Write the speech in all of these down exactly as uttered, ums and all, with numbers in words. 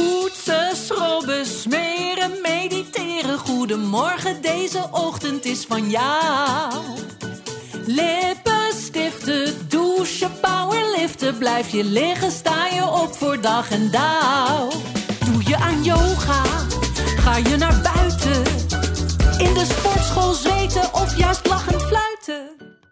Poetsen, schrobben, smeren, mediteren. Goedemorgen, deze ochtend is van jou. Lippenstiften, douchen, powerliften. Blijf je liggen, sta je op voor dag en dauw. Doe je aan yoga, ga je naar buiten. In de sportschool zweten of juist lachend fluiten.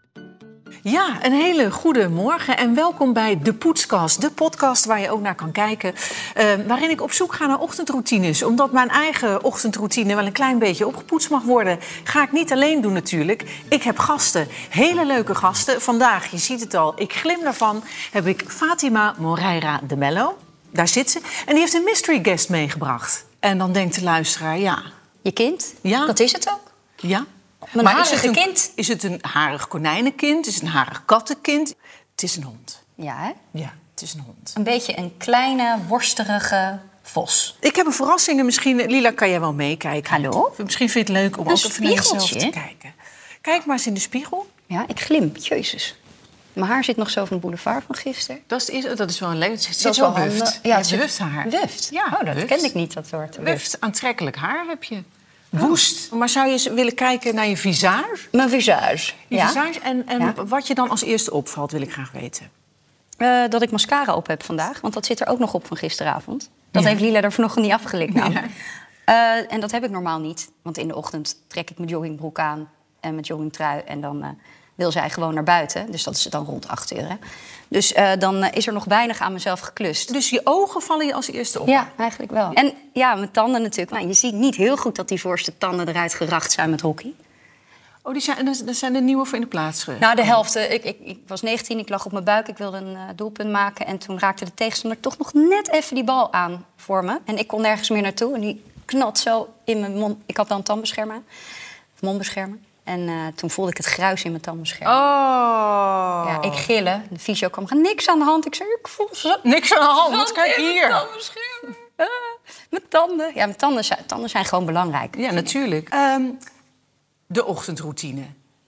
Ja, een hele goede morgen en welkom bij De Poetskast. De podcast waar je ook naar kan kijken. Uh, waarin ik op zoek ga naar ochtendroutines. Omdat mijn eigen ochtendroutine wel een klein beetje opgepoetst mag worden. Ga ik niet alleen doen natuurlijk. Ik heb gasten, hele leuke gasten. Vandaag, je ziet het al, ik glim daarvan, heb ik Fatima Moreira de Mello. Daar zit ze. En die heeft een mystery guest meegebracht. En dan denkt de luisteraar, ja... Je kind? Ja. Dat is het ook. Ja. Mijn maar harige is het een, kind. Is het een harig konijnenkind? Is het een harig kattenkind? Het is een hond. Ja, hè? Ja, het is een hond. Een beetje een kleine, worstige vos. Ik heb een verrassing. Misschien, Lila, kan jij wel meekijken? Hallo? Misschien vind je het leuk om Een ook even naar jezelf spiegeltje. te kijken. Kijk maar eens in de spiegel. Ja, ik glim. Jezus. Mijn haar zit nog zo van de boulevard van gisteren. Dat is, dat is wel een leuk. Het zit Dat is wel wel wuft. handig. Ja, het zit- wuft haar. Wuft? Ja, Oh, dat wuft. kende ik niet, dat woord. Wuft. Aantrekkelijk haar heb je. Woest. Maar zou je eens willen kijken naar je visage? Mijn visage. Je Ja. visage en, en Ja. wat je dan als eerste opvalt, wil ik graag weten. Eh, dat ik mascara op heb vandaag, want dat zit er ook nog op van gisteravond. Dat Ja. heeft Lila er vanochtend niet afgelikt. Nou. Ja. Eh, en dat heb ik normaal niet, want in de ochtend trek ik mijn joggingbroek aan en mijn joggingtrui en dan... Uh, wil zij gewoon naar buiten. Dus dat is dan rond acht uur. Hè. Dus uh, dan uh, is er nog weinig aan mezelf geklust. Dus je ogen vallen je als eerste op? Ja, eigenlijk wel. En ja, mijn tanden natuurlijk. Nou, je ziet niet heel goed dat die voorste tanden eruit geracht zijn met hockey. Oh, die zijn, dat zijn de nieuwe voor in de plaats ge... Nou, de helft. uh, Ik, ik, ik was negentien, ik lag op mijn buik. Ik wilde een uh, doelpunt maken. En toen raakte de tegenstander toch nog net even die bal aan voor me. En ik kon nergens meer naartoe. En die knalt zo in mijn mond. Ik had dan een tandbeschermer aan. Of mondbeschermer. En uh, toen voelde ik het gruis in mijn tandbeschermer. Oh. Ja, ik gillen. De fysio kwam, er niks aan de hand. Ik zei, ik voel zo... Niks aan de hand, Zand kijk in mijn hier. tandbeschermer. Ah, mijn tanden. Ja, mijn tanden zijn, tanden zijn gewoon belangrijk. Ja, natuurlijk. Um, de ochtendroutine.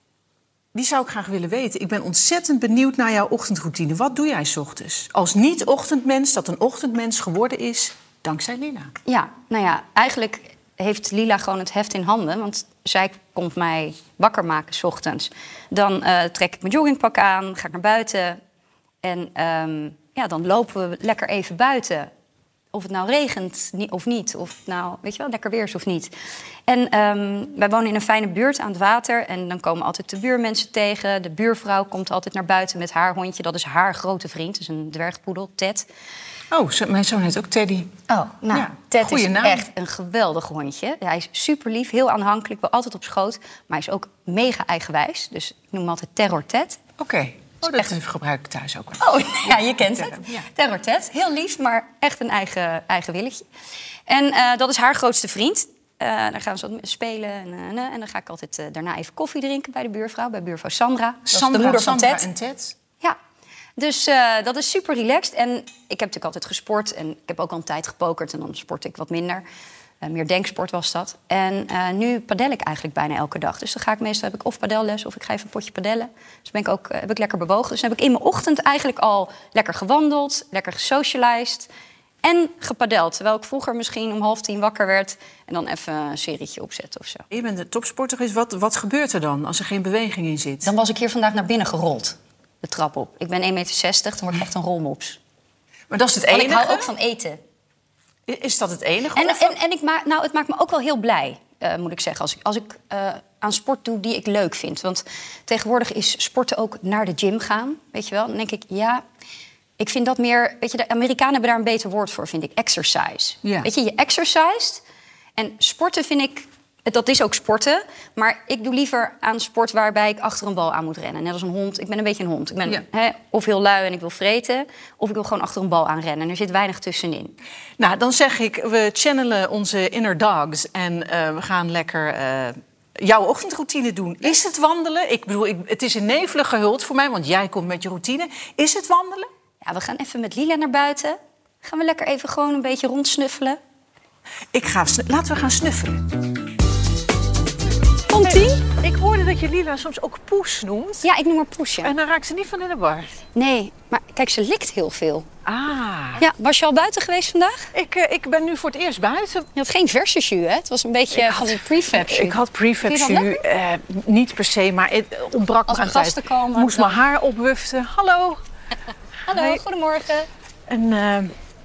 Die zou ik graag willen weten. Ik ben ontzettend benieuwd naar jouw ochtendroutine. Wat doe jij 's ochtends? Als niet-ochtendmens, dat een ochtendmens geworden is, dankzij Lila. Ja, nou ja, eigenlijk heeft Lila gewoon het heft in handen. Want zij komt mij wakker maken 's ochtends. Dan uh, trek ik mijn joggingpak aan, ga ik naar buiten. En um, ja, dan lopen we lekker even buiten. Of het nou regent of niet. Of het nou, weet je wel, lekker weer is of niet. En um, wij wonen in een fijne buurt aan het water. En dan komen altijd de buurmensen tegen. De buurvrouw komt altijd naar buiten met haar hondje. Dat is haar grote vriend, dus een dwergpoedel, Ted. Oh, zo, mijn zoon heet ook Teddy. Oh, nou, Ja, Ted goeie is naam. echt een geweldig hondje. Hij is super lief, heel aanhankelijk, wil altijd op schoot. Maar hij is ook mega eigenwijs. Dus ik noem hem altijd Terror Ted. Oké. Okay. Oh, dat echt... gebruik ik thuis ook wel. Oh, ja, je kent het. Ja. Terror Ted. Heel lief, maar echt een eigen, eigen willetje. En uh, dat is haar grootste vriend. Uh, daar gaan ze wat mee spelen. En, uh, en dan ga ik altijd uh, daarna even koffie drinken bij de buurvrouw. Bij buurvrouw Sandra. Dat Sandra, is de moeder Sandra van Ted. en Ted. Ja. Dus uh, dat is super relaxed. En ik heb natuurlijk altijd gesport. En ik heb ook al een tijd gepokerd. En dan sport ik wat minder. Uh, meer denksport was dat. En uh, nu padel ik eigenlijk bijna elke dag. Dus dan ga ik meestal, heb ik of padelles of ik ga even een potje padellen. Dus ben ik ook, uh, heb ik lekker bewogen. Dus dan heb ik in mijn ochtend eigenlijk al lekker gewandeld, lekker gesocialized en gepadeld. Terwijl ik vroeger misschien om half tien wakker werd en dan even een serietje opzetten of zo. Je bent de topsporter. Wat, wat gebeurt er dan als er geen beweging in zit? Dan was ik hier vandaag naar binnen gerold, de trap op. Ik ben één meter zestig, dan word ik echt een rolmops. Maar dat is het Want enige? ik hou ook van eten. Is dat het enige? En, en, en ik maak, nou, het maakt me ook wel heel blij, uh, moet ik zeggen. Als ik, als ik uh, aan sport doe die ik leuk vind. Want tegenwoordig is sporten ook naar de gym gaan. Weet je wel? Dan denk ik, ja, ik vind dat meer... Weet je, de Amerikanen hebben daar een beter woord voor, vind ik. Exercise. Ja. Weet je, je exercised. En sporten vind ik... Dat is ook sporten, maar ik doe liever aan sport waarbij ik achter een bal aan moet rennen. Net als een hond. Ik ben een beetje een hond. Ik ben Ja. hè, of heel lui en ik wil vreten, of ik wil gewoon achter een bal aan rennen. En er zit weinig tussenin. Nou, dan zeg ik, we channelen onze inner dogs en uh, we gaan lekker uh, jouw ochtendroutine doen. Is het wandelen? Ik bedoel, ik, het is een nevelige hult voor mij, want jij komt met je routine. Is het wandelen? Ja, we gaan even met Lila naar buiten. Gaan we lekker even gewoon een beetje rondsnuffelen. Ik ga, laten we gaan snuffelen. Kom Rond tien? Ik hoorde dat je Lila soms ook Poes noemt. Ja, ik noem haar Poes, ja. En dan raakt ze niet van in de war. Nee, maar kijk, ze likt heel veel. Ah. Ja, was je al buiten geweest vandaag? Ik, uh, ik ben nu voor het eerst buiten. Je had geen verse jus, hè? Het was een beetje Ik van had- die prefab jus. Ik had prefab Vind je dat jus. eh, niet per se, maar het ontbrak Als me er aan tijd. gasten komen, Moest dan- mijn haar opwuften. Hallo. Hallo, Nee. goedemorgen. En eh,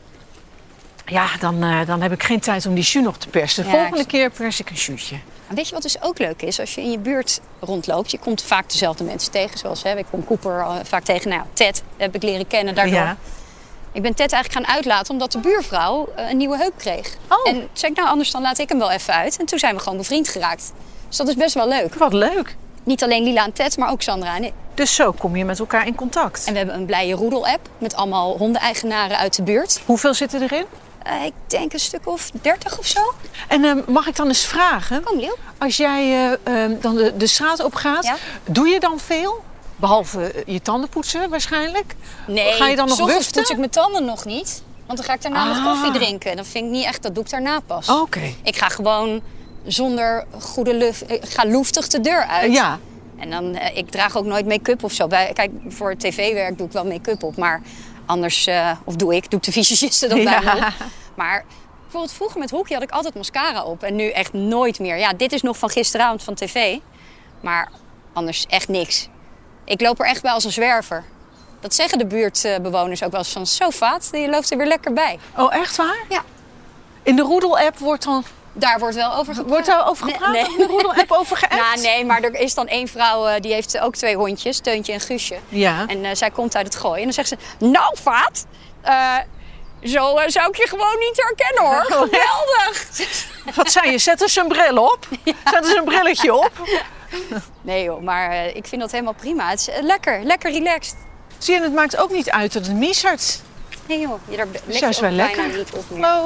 ja, dan, eh, dan heb ik geen tijd om die jus nog te persen. De Ja, volgende ik- keer pers ik een jusje. Maar weet je wat dus ook leuk is? Als je in je buurt rondloopt, je komt vaak dezelfde mensen tegen. Zoals, hè, ik kom Cooper uh, vaak tegen. Nou, Ted heb ik leren kennen daardoor. Ja. Ik ben Ted eigenlijk gaan uitlaten omdat de buurvrouw uh, een nieuwe heup kreeg. Oh. En toen zei ik, nou anders dan laat ik hem wel even uit. En toen zijn we gewoon bevriend geraakt. Dus dat is best wel leuk. Wat leuk. Niet alleen Lila en Ted, maar ook Sandra en ik. Dus zo kom je met elkaar in contact. En we hebben een blije roedel-app met allemaal hondeneigenaren uit de buurt. Hoeveel zitten erin? Uh, ik denk een stuk of dertig of zo. En eh, mag ik dan eens vragen, Kom, Leeuw. als jij eh, eh, dan de, de straat op gaat, Ja. doe je dan veel? Behalve eh, je tanden poetsen waarschijnlijk. Nee, Ga je dan nog 's ochtends wuften? poets ik mijn tanden nog niet. Want dan ga ik daarna Ah. nog koffie drinken. Dat vind ik niet echt, dat doe ik daarna pas. Oké. Ik ga gewoon zonder goede lucht, ik ga loeftig de deur uit. Ja. En dan, eh, ik draag ook nooit make-up of zo. Bij, kijk, voor tv-werk doe ik wel make-up op. Maar anders, eh, of doe ik, doe ik de visagisten dan bij me op. Maar bijvoorbeeld vroeger met Hoekje had ik altijd mascara op. En nu echt nooit meer. Ja, dit is nog van gisteravond van tv. Maar anders echt niks. Ik loop er echt bij als een zwerver. Dat zeggen de buurtbewoners ook wel eens van, zo vaat, je loopt er weer lekker bij. Oh, echt waar? Ja, In de Roedel-app wordt dan daar wordt wel over gepraat. wordt daar over gepraat? Nee, Of in de Roedel-app over geappt? Nou, nee, maar er is dan één vrouw, eh, die heeft ook twee hondjes, Teuntje en Guusje. Ja. En eh, zij komt uit het gooien en dan zegt ze, nou vaat, eh, zo eh, zou ik je gewoon niet herkennen hoor. Geweldig. Wat zei je? Zet eens een bril op. Zet eens een brilletje op. Nee joh, maar eh, ik vind dat helemaal prima. Het is eh, lekker, lekker relaxed. Zie je, het maakt ook niet uit dat het miezert. Nee joh, je, daar Dat lik is je juist ook wel bijna lekker. niet op meer. Oh,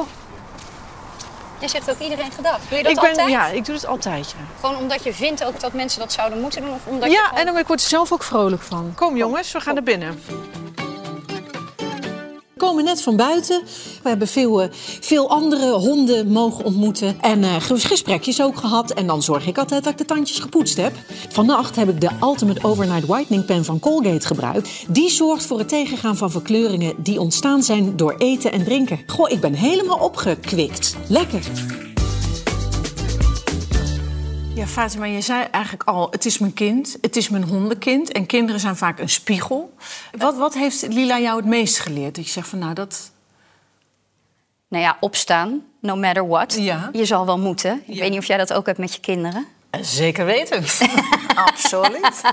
Je zegt ook iedereen gedag. Doe je dat ik ben, altijd? ja, ik doe het altijd. Ja, Gewoon omdat je vindt ook dat mensen dat zouden moeten doen? Of omdat je ja gewoon... en dan word ik er zelf ook vrolijk van. Kom jongens, we gaan naar binnen. We komen net van buiten. We hebben veel, uh, veel andere honden mogen ontmoeten. En uh, gesprekjes ook gehad. En dan zorg ik altijd dat ik de tandjes gepoetst heb. Vannacht heb ik de Ultimate Overnight Whitening Pen van Colgate gebruikt. Die zorgt voor het tegengaan van verkleuringen die ontstaan zijn door eten en drinken. Goh, ik ben helemaal opgekwikt. Lekker. Ja, Fatima, je zei eigenlijk al, het is mijn kind, het is mijn hondenkind. En kinderen zijn vaak een spiegel. Wat, wat heeft Lila jou het meest geleerd? Dat je zegt van, nou, dat... Nou ja, opstaan, no matter what. Ja. Je zal wel moeten. Ik Ja. weet niet of jij dat ook hebt met je kinderen. Zeker weten. Absoluut.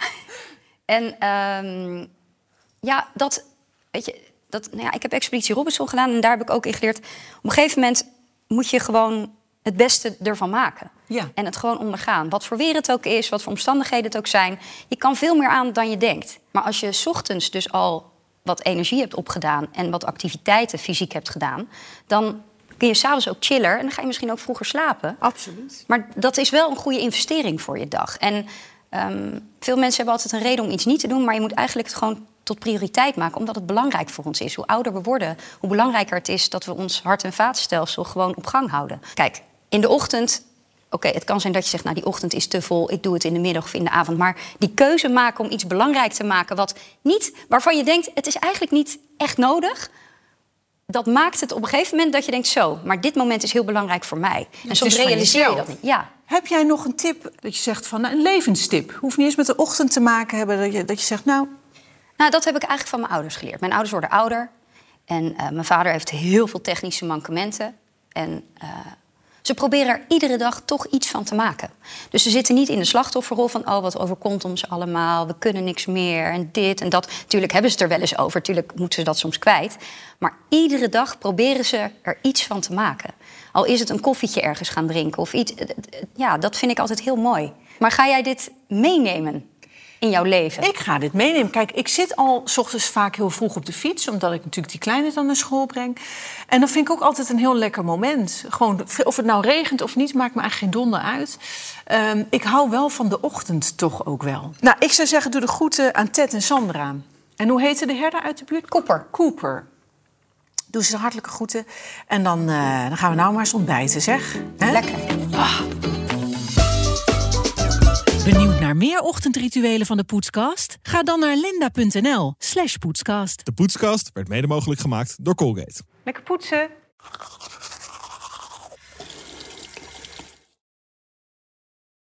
En ehm, ja, dat, weet je, dat, nou ja, ik heb Expeditie Robinson gedaan en daar heb ik ook in geleerd. Op een gegeven moment moet je gewoon het beste ervan maken. Ja. En het gewoon ondergaan. Wat voor weer het ook is, wat voor omstandigheden het ook zijn. Je kan veel meer aan dan je denkt. Maar als je 's ochtends dus al wat energie hebt opgedaan en wat activiteiten fysiek hebt gedaan, dan kun je 's avonds ook chiller en dan ga je misschien ook vroeger slapen. Absoluut. Maar dat is wel een goede investering voor je dag. En um, veel mensen hebben altijd een reden om iets niet te doen, maar je moet eigenlijk het gewoon tot prioriteit maken, omdat het belangrijk voor ons is. Hoe ouder we worden, hoe belangrijker het is dat we ons hart- en vaatstelsel gewoon op gang houden. Kijk, in de ochtend, oké, okay, het kan zijn dat je zegt, nou, die ochtend is te vol, ik doe het in de middag of in de avond. Maar die keuze maken om iets belangrijk te maken wat niet, waarvan je denkt, het is eigenlijk niet echt nodig, dat maakt het op een gegeven moment dat je denkt, zo, maar dit moment is heel belangrijk voor mij. En Het soms is van realiseer je jezelf. dat niet. Ja. Heb jij nog een tip dat je zegt van, nou, een levenstip? Hoeft niet eens met de ochtend te maken hebben dat je, dat je zegt, nou... Nou, dat heb ik eigenlijk van mijn ouders geleerd. Mijn ouders worden ouder en uh, mijn vader heeft heel veel technische mankementen. En uh, ze proberen er iedere dag toch iets van te maken. Dus ze zitten niet in de slachtofferrol van, oh, wat overkomt ons allemaal, we kunnen niks meer en dit en dat. Tuurlijk hebben ze het er wel eens over, tuurlijk moeten ze dat soms kwijt. Maar iedere dag proberen ze er iets van te maken. Al is het een koffietje ergens gaan drinken of iets. Ja, dat vind ik altijd heel mooi. Maar ga jij dit meenemen in jouw leven? Ik ga dit meenemen. Kijk, ik zit al 's ochtends vaak heel vroeg op de fiets, omdat ik natuurlijk die kleine dan naar school breng. En dat vind ik ook altijd een heel lekker moment. Gewoon, of het nou regent of niet, maakt me eigenlijk geen donder uit. Um, ik hou wel van de ochtend toch ook wel. Nou, ik zou zeggen, doe de groeten aan Ted en Sandra. En hoe heette de herder uit de buurt? Cooper. Cooper. Doe ze de hartelijke groeten. En dan, uh, dan gaan we nou maar eens ontbijten, zeg. Hè? Lekker. Ah. Benieuwd naar meer ochtendrituelen van de Poetscast? Ga dan naar linda.nl slash poetscast. De Poetscast werd mede mogelijk gemaakt door Colgate. Lekker poetsen.